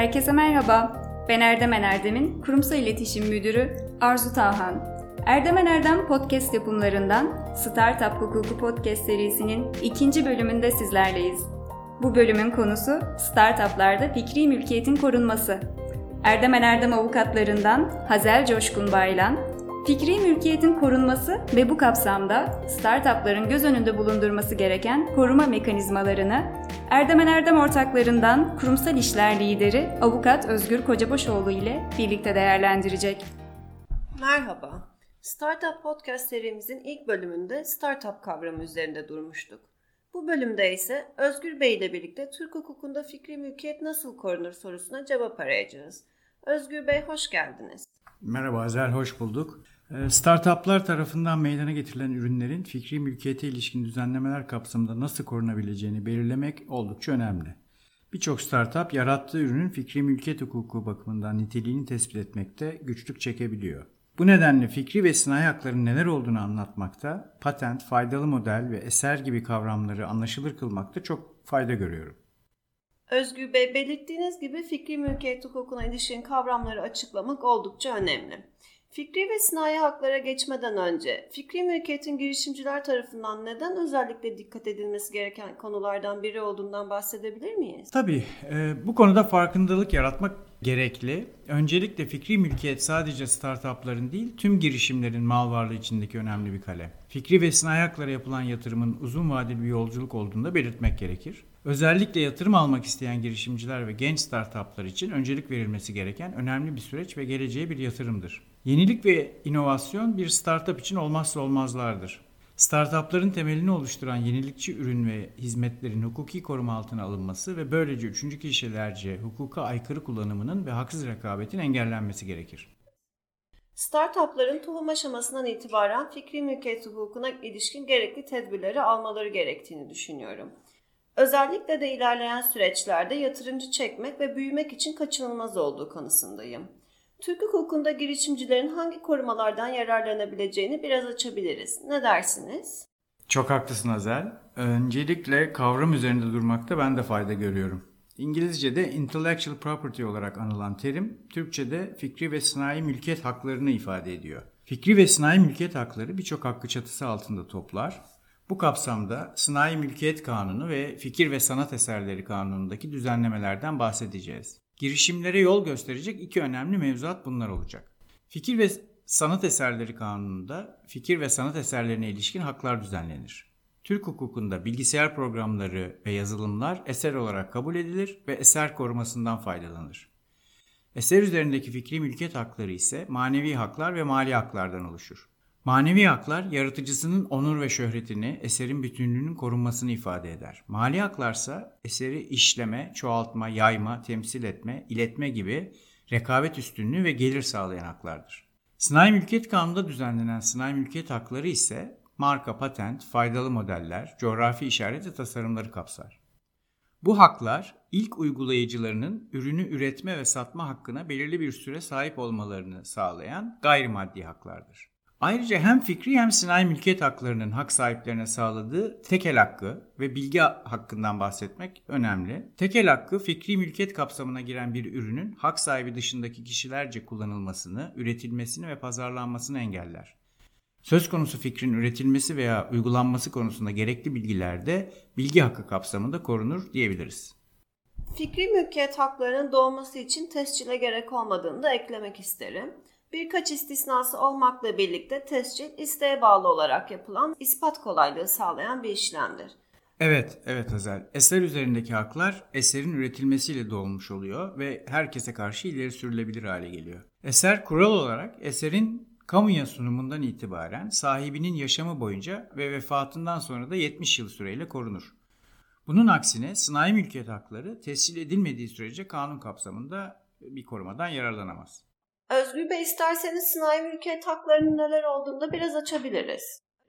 Herkese merhaba. Ben Erdemen Erdem'in Kurumsal İletişim Müdürü Arzu Tağhan. Erdemen Erdem podcast yapımlarından Startup Hukuku Podcast serisinin 2. bölümünde sizlerleyiz. Bu bölümün konusu startuplarda fikri mülkiyetin korunması. Erdemen Erdem avukatlarından Hazel Coşkun Baylan, fikri mülkiyetin korunması ve bu kapsamda startupların göz önünde bulundurması gereken koruma mekanizmalarını Erdemen Erdem ortaklarından Kurumsal İşler Lideri Avukat Özgür Kocabaşoğlu ile birlikte değerlendirecek. Merhaba. Startup Podcast serimizin ilk bölümünde startup kavramı üzerinde durmuştuk. Bu bölümde ise Özgür Bey ile birlikte Türk hukukunda fikri mülkiyet nasıl korunur sorusuna cevap arayacağız. Özgür Bey hoş geldiniz. Merhaba Azel, hoş bulduk. Startuplar tarafından meydana getirilen ürünlerin fikri mülkiyete ilişkin düzenlemeler kapsamında nasıl korunabileceğini belirlemek oldukça önemli. Birçok startup yarattığı ürünün fikri mülkiyet hukuku bakımından niteliğini tespit etmekte güçlük çekebiliyor. Bu nedenle fikri ve sınai hakların neler olduğunu anlatmakta, patent, faydalı model ve eser gibi kavramları anlaşılır kılmakta çok fayda görüyorum. Özgür Bey, belirttiğiniz gibi fikri mülkiyet hukukuna ilişkin kavramları açıklamak oldukça önemli. Fikri ve sınai haklara geçmeden önce fikri mülkiyetin girişimciler tarafından neden özellikle dikkat edilmesi gereken konulardan biri olduğundan bahsedebilir miyiz? Tabii, bu konuda farkındalık yaratmak gerekli. Öncelikle fikri mülkiyet sadece startupların değil, tüm girişimlerin mal varlığı içindeki önemli bir kalem. Fikri ve sınai haklara yapılan yatırımın uzun vadeli bir yolculuk olduğunu da belirtmek gerekir. Özellikle yatırım almak isteyen girişimciler ve genç startuplar için öncelik verilmesi gereken önemli bir süreç ve geleceğe bir yatırımdır. Yenilik ve inovasyon bir startup için olmazsa olmazlardır. Startupların temelini oluşturan yenilikçi ürün ve hizmetlerin hukuki koruma altına alınması ve böylece üçüncü kişilerce hukuka aykırı kullanımının ve haksız rekabetin engellenmesi gerekir. Startupların tohum aşamasından itibaren fikri mülkiyet hukukuna ilişkin gerekli tedbirleri almaları gerektiğini düşünüyorum. Özellikle de ilerleyen süreçlerde yatırımcı çekmek ve büyümek için kaçınılmaz olduğu kanısındayım. Türk hukukunda girişimcilerin hangi korumalardan yararlanabileceğini biraz açabiliriz. Ne dersiniz? Çok haklısın Azel. Öncelikle kavram üzerinde durmakta ben de fayda görüyorum. İngilizce'de intellectual property olarak anılan terim, Türkçe'de fikri ve sınai mülkiyet haklarını ifade ediyor. Fikri ve sınai mülkiyet hakları birçok hakkı çatısı altında toplar. Bu kapsamda Sınai Mülkiyet Kanunu ve Fikir ve Sanat Eserleri Kanunu'ndaki düzenlemelerden bahsedeceğiz. Girişimlere yol gösterecek iki önemli mevzuat bunlar olacak. Fikir ve Sanat Eserleri Kanunu'nda fikir ve sanat eserlerine ilişkin haklar düzenlenir. Türk hukukunda bilgisayar programları ve yazılımlar eser olarak kabul edilir ve eser korumasından faydalanır. Eser üzerindeki fikri mülkiyet hakları ise manevi haklar ve mali haklardan oluşur. Manevi haklar, yaratıcısının onur ve şöhretini, eserin bütünlüğünün korunmasını ifade eder. Mali haklarsa eseri işleme, çoğaltma, yayma, temsil etme, iletme gibi rekabet üstünlüğü ve gelir sağlayan haklardır. Sınai Mülkiyet Kanunu'nda düzenlenen sınai mülkiyet hakları ise marka, patent, faydalı modeller, coğrafi işaret ve tasarımları kapsar. Bu haklar, ilk uygulayıcılarının ürünü üretme ve satma hakkına belirli bir süre sahip olmalarını sağlayan gayrimaddi haklardır. Ayrıca hem fikri hem sınai mülkiyet haklarının hak sahiplerine sağladığı tekel hakkı ve bilgi hakkından bahsetmek önemli. Tekel hakkı fikri mülkiyet kapsamına giren bir ürünün hak sahibi dışındaki kişilerce kullanılmasını, üretilmesini ve pazarlanmasını engeller. Söz konusu fikrin üretilmesi veya uygulanması konusunda gerekli bilgiler de bilgi hakkı kapsamında korunur diyebiliriz. Fikri mülkiyet haklarının doğması için tescile gerek olmadığını da eklemek isterim. Birkaç istisnası olmakla birlikte tescil isteğe bağlı olarak yapılan ispat kolaylığı sağlayan bir işlemdir. Evet Hazel. Eser üzerindeki haklar eserin üretilmesiyle doğmuş oluyor ve herkese karşı ileri sürülebilir hale geliyor. Eser kural olarak eserin kamuya sunumundan itibaren sahibinin yaşamı boyunca ve vefatından sonra da 70 yıl süreyle korunur. Bunun aksine sınai mülkiyet hakları tescil edilmediği sürece kanun kapsamında bir korumadan yararlanamaz. Özgür Bey, isterseniz sınai mülkiyet haklarının neler olduğunu da biraz açabiliriz.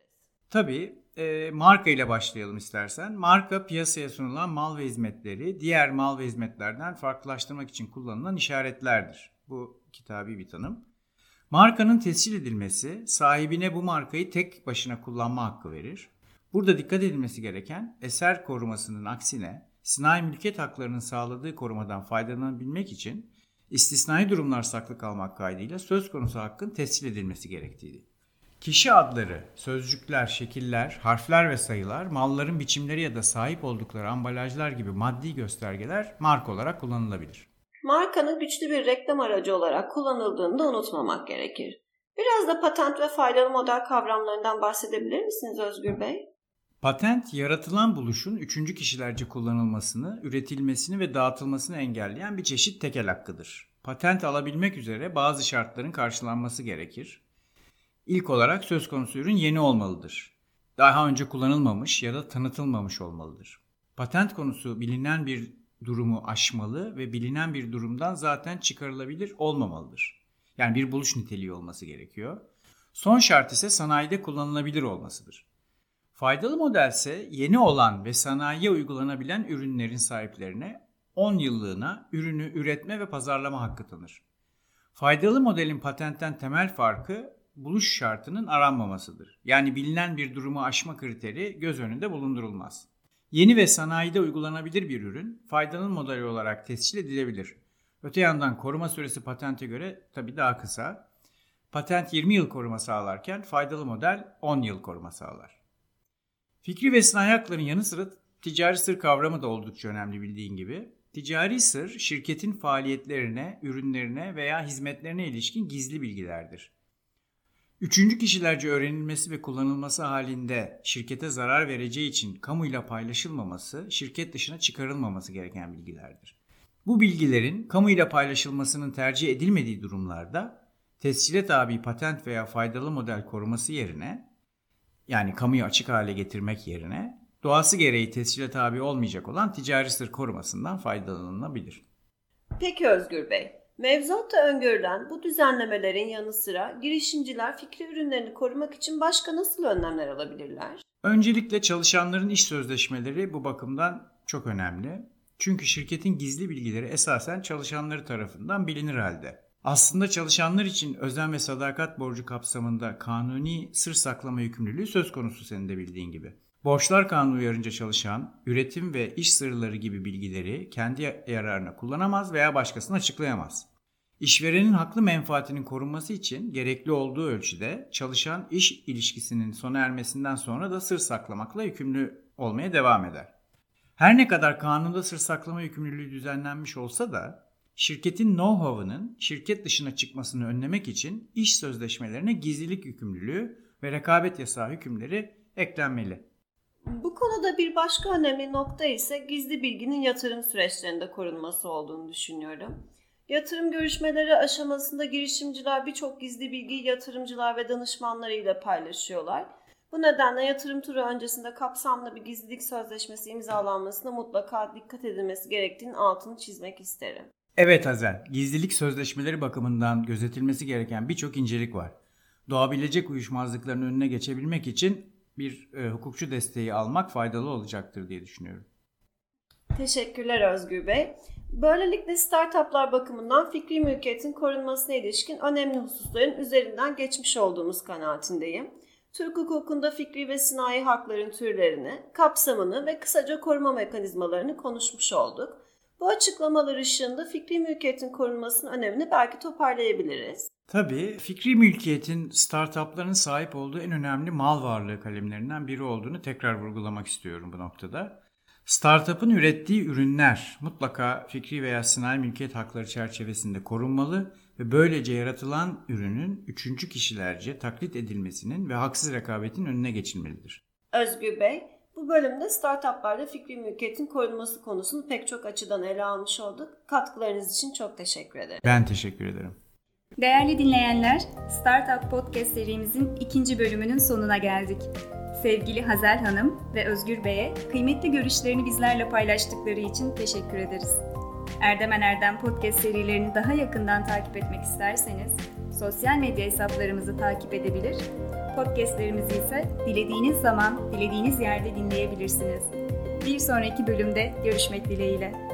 Tabii, marka ile başlayalım istersen. Marka piyasaya sunulan mal ve hizmetleri diğer mal ve hizmetlerden farklılaştırmak için kullanılan işaretlerdir. Bu kitabi bir tanım. Markanın tescil edilmesi sahibine bu markayı tek başına kullanma hakkı verir. Burada dikkat edilmesi gereken eser korumasının aksine sınai mülkiyet haklarının sağladığı korumadan faydalanabilmek için istisnai durumlar saklı kalmak kaydıyla söz konusu hakkın tescil edilmesi gerektiğiydi. Kişi adları, sözcükler, şekiller, harfler ve sayılar, malların biçimleri ya da sahip oldukları ambalajlar gibi maddi göstergeler marka olarak kullanılabilir. Markanın güçlü bir reklam aracı olarak kullanıldığını da unutmamak gerekir. Biraz da patent ve faydalı model kavramlarından bahsedebilir misiniz Özgür Bey? Patent, yaratılan buluşun üçüncü kişilerce kullanılmasını, üretilmesini ve dağıtılmasını engelleyen bir çeşit tekel hakkıdır. Patent alabilmek üzere bazı şartların karşılanması gerekir. İlk olarak söz konusu ürün yeni olmalıdır. Daha önce kullanılmamış ya da tanıtılmamış olmalıdır. Patent konusu bilinen bir durumu aşmalı ve bilinen bir durumdan zaten çıkarılabilir olmamalıdır. Yani bir buluş niteliği olması gerekiyor. Son şart ise sanayide kullanılabilir olmasıdır. Faydalı model ise yeni olan ve sanayiye uygulanabilen ürünlerin sahiplerine 10 yıllığına ürünü üretme ve pazarlama hakkı tanır. Faydalı modelin patentten temel farkı buluş şartının aranmamasıdır. Yani bilinen bir durumu aşma kriteri göz önünde bulundurulmaz. Yeni ve sanayide uygulanabilir bir ürün faydalı modeli olarak tescil edilebilir. Öte yandan koruma süresi patente göre tabii daha kısa. Patent 20 yıl koruma sağlarken faydalı model 10 yıl koruma sağlar. Fikri ve sınai hakların yanı sıra ticari sır kavramı da oldukça önemli bildiğin gibi. Ticari sır, şirketin faaliyetlerine, ürünlerine veya hizmetlerine ilişkin gizli bilgilerdir. Üçüncü kişilerce öğrenilmesi ve kullanılması halinde şirkete zarar vereceği için kamuyla paylaşılmaması, şirket dışına çıkarılmaması gereken bilgilerdir. Bu bilgilerin kamuyla paylaşılmasının tercih edilmediği durumlarda tescile tabi patent veya faydalı model koruması yerine, yani kamuya açık hale getirmek yerine, doğası gereği tescile tabi olmayacak olan ticari sır korumasından faydalanılabilir. Peki Özgür Bey, mevzuatta öngörülen bu düzenlemelerin yanı sıra girişimciler fikri ürünlerini korumak için başka nasıl önlemler alabilirler? Öncelikle çalışanların iş sözleşmeleri bu bakımdan çok önemli. Çünkü şirketin gizli bilgileri esasen çalışanları tarafından bilinir halde. Aslında çalışanlar için özen ve sadakat borcu kapsamında kanuni sır saklama yükümlülüğü söz konusu senin de bildiğin gibi. Borçlar Kanunu uyarınca çalışan, üretim ve iş sırları gibi bilgileri kendi yararına kullanamaz veya başkasına açıklayamaz. İşverenin haklı menfaatinin korunması için gerekli olduğu ölçüde çalışan iş ilişkisinin sona ermesinden sonra da sır saklamakla yükümlü olmaya devam eder. Her ne kadar kanunda sır saklama yükümlülüğü düzenlenmiş olsa da şirketin know-how'ının şirket dışına çıkmasını önlemek için iş sözleşmelerine gizlilik yükümlülüğü ve rekabet yasağı hükümleri eklenmeli. Bu konuda bir başka önemli nokta ise gizli bilginin yatırım süreçlerinde korunması olduğunu düşünüyorum. Yatırım görüşmeleri aşamasında girişimciler birçok gizli bilgiyi yatırımcılar ve danışmanlarıyla paylaşıyorlar. Bu nedenle yatırım turu öncesinde kapsamlı bir gizlilik sözleşmesi imzalanmasına mutlaka dikkat edilmesi gerektiğinin altını çizmek isterim. Evet Hazel, gizlilik sözleşmeleri bakımından gözetilmesi gereken birçok incelik var. Doğabilecek uyuşmazlıkların önüne geçebilmek için bir hukukçu desteği almak faydalı olacaktır diye düşünüyorum. Teşekkürler Özgür Bey. Böylelikle startuplar bakımından fikri mülkiyetin korunmasına ilişkin önemli hususların üzerinden geçmiş olduğumuz kanaatindeyim. Türk hukukunda fikri ve sınai hakların türlerini, kapsamını ve kısaca koruma mekanizmalarını konuşmuş olduk. Bu açıklamalar ışığında fikri mülkiyetin korunmasının önemini belki toparlayabiliriz. Tabii fikri mülkiyetin startupların sahip olduğu en önemli mal varlığı kalemlerinden biri olduğunu tekrar vurgulamak istiyorum bu noktada. Startup'ın ürettiği ürünler mutlaka fikri veya sınai mülkiyet hakları çerçevesinde korunmalı ve böylece yaratılan ürünün üçüncü kişilerce taklit edilmesinin ve haksız rekabetin önüne geçilmelidir. Özgür Bey, bu bölümde startuplarda fikri mülkiyetin korunması konusunu pek çok açıdan ele almış olduk. Katkılarınız için çok teşekkür ederim. Ben teşekkür ederim. Değerli dinleyenler, Startup Podcast serimizin 2. bölümünün sonuna geldik. Sevgili Hazel Hanım ve Özgür Bey'e kıymetli görüşlerini bizlerle paylaştıkları için teşekkür ederiz. Erdem Erdem Podcast serilerini daha yakından takip etmek isterseniz sosyal medya hesaplarımızı takip edebilir, podcastlerimizi ise dilediğiniz zaman, dilediğiniz yerde dinleyebilirsiniz. Bir sonraki bölümde görüşmek dileğiyle.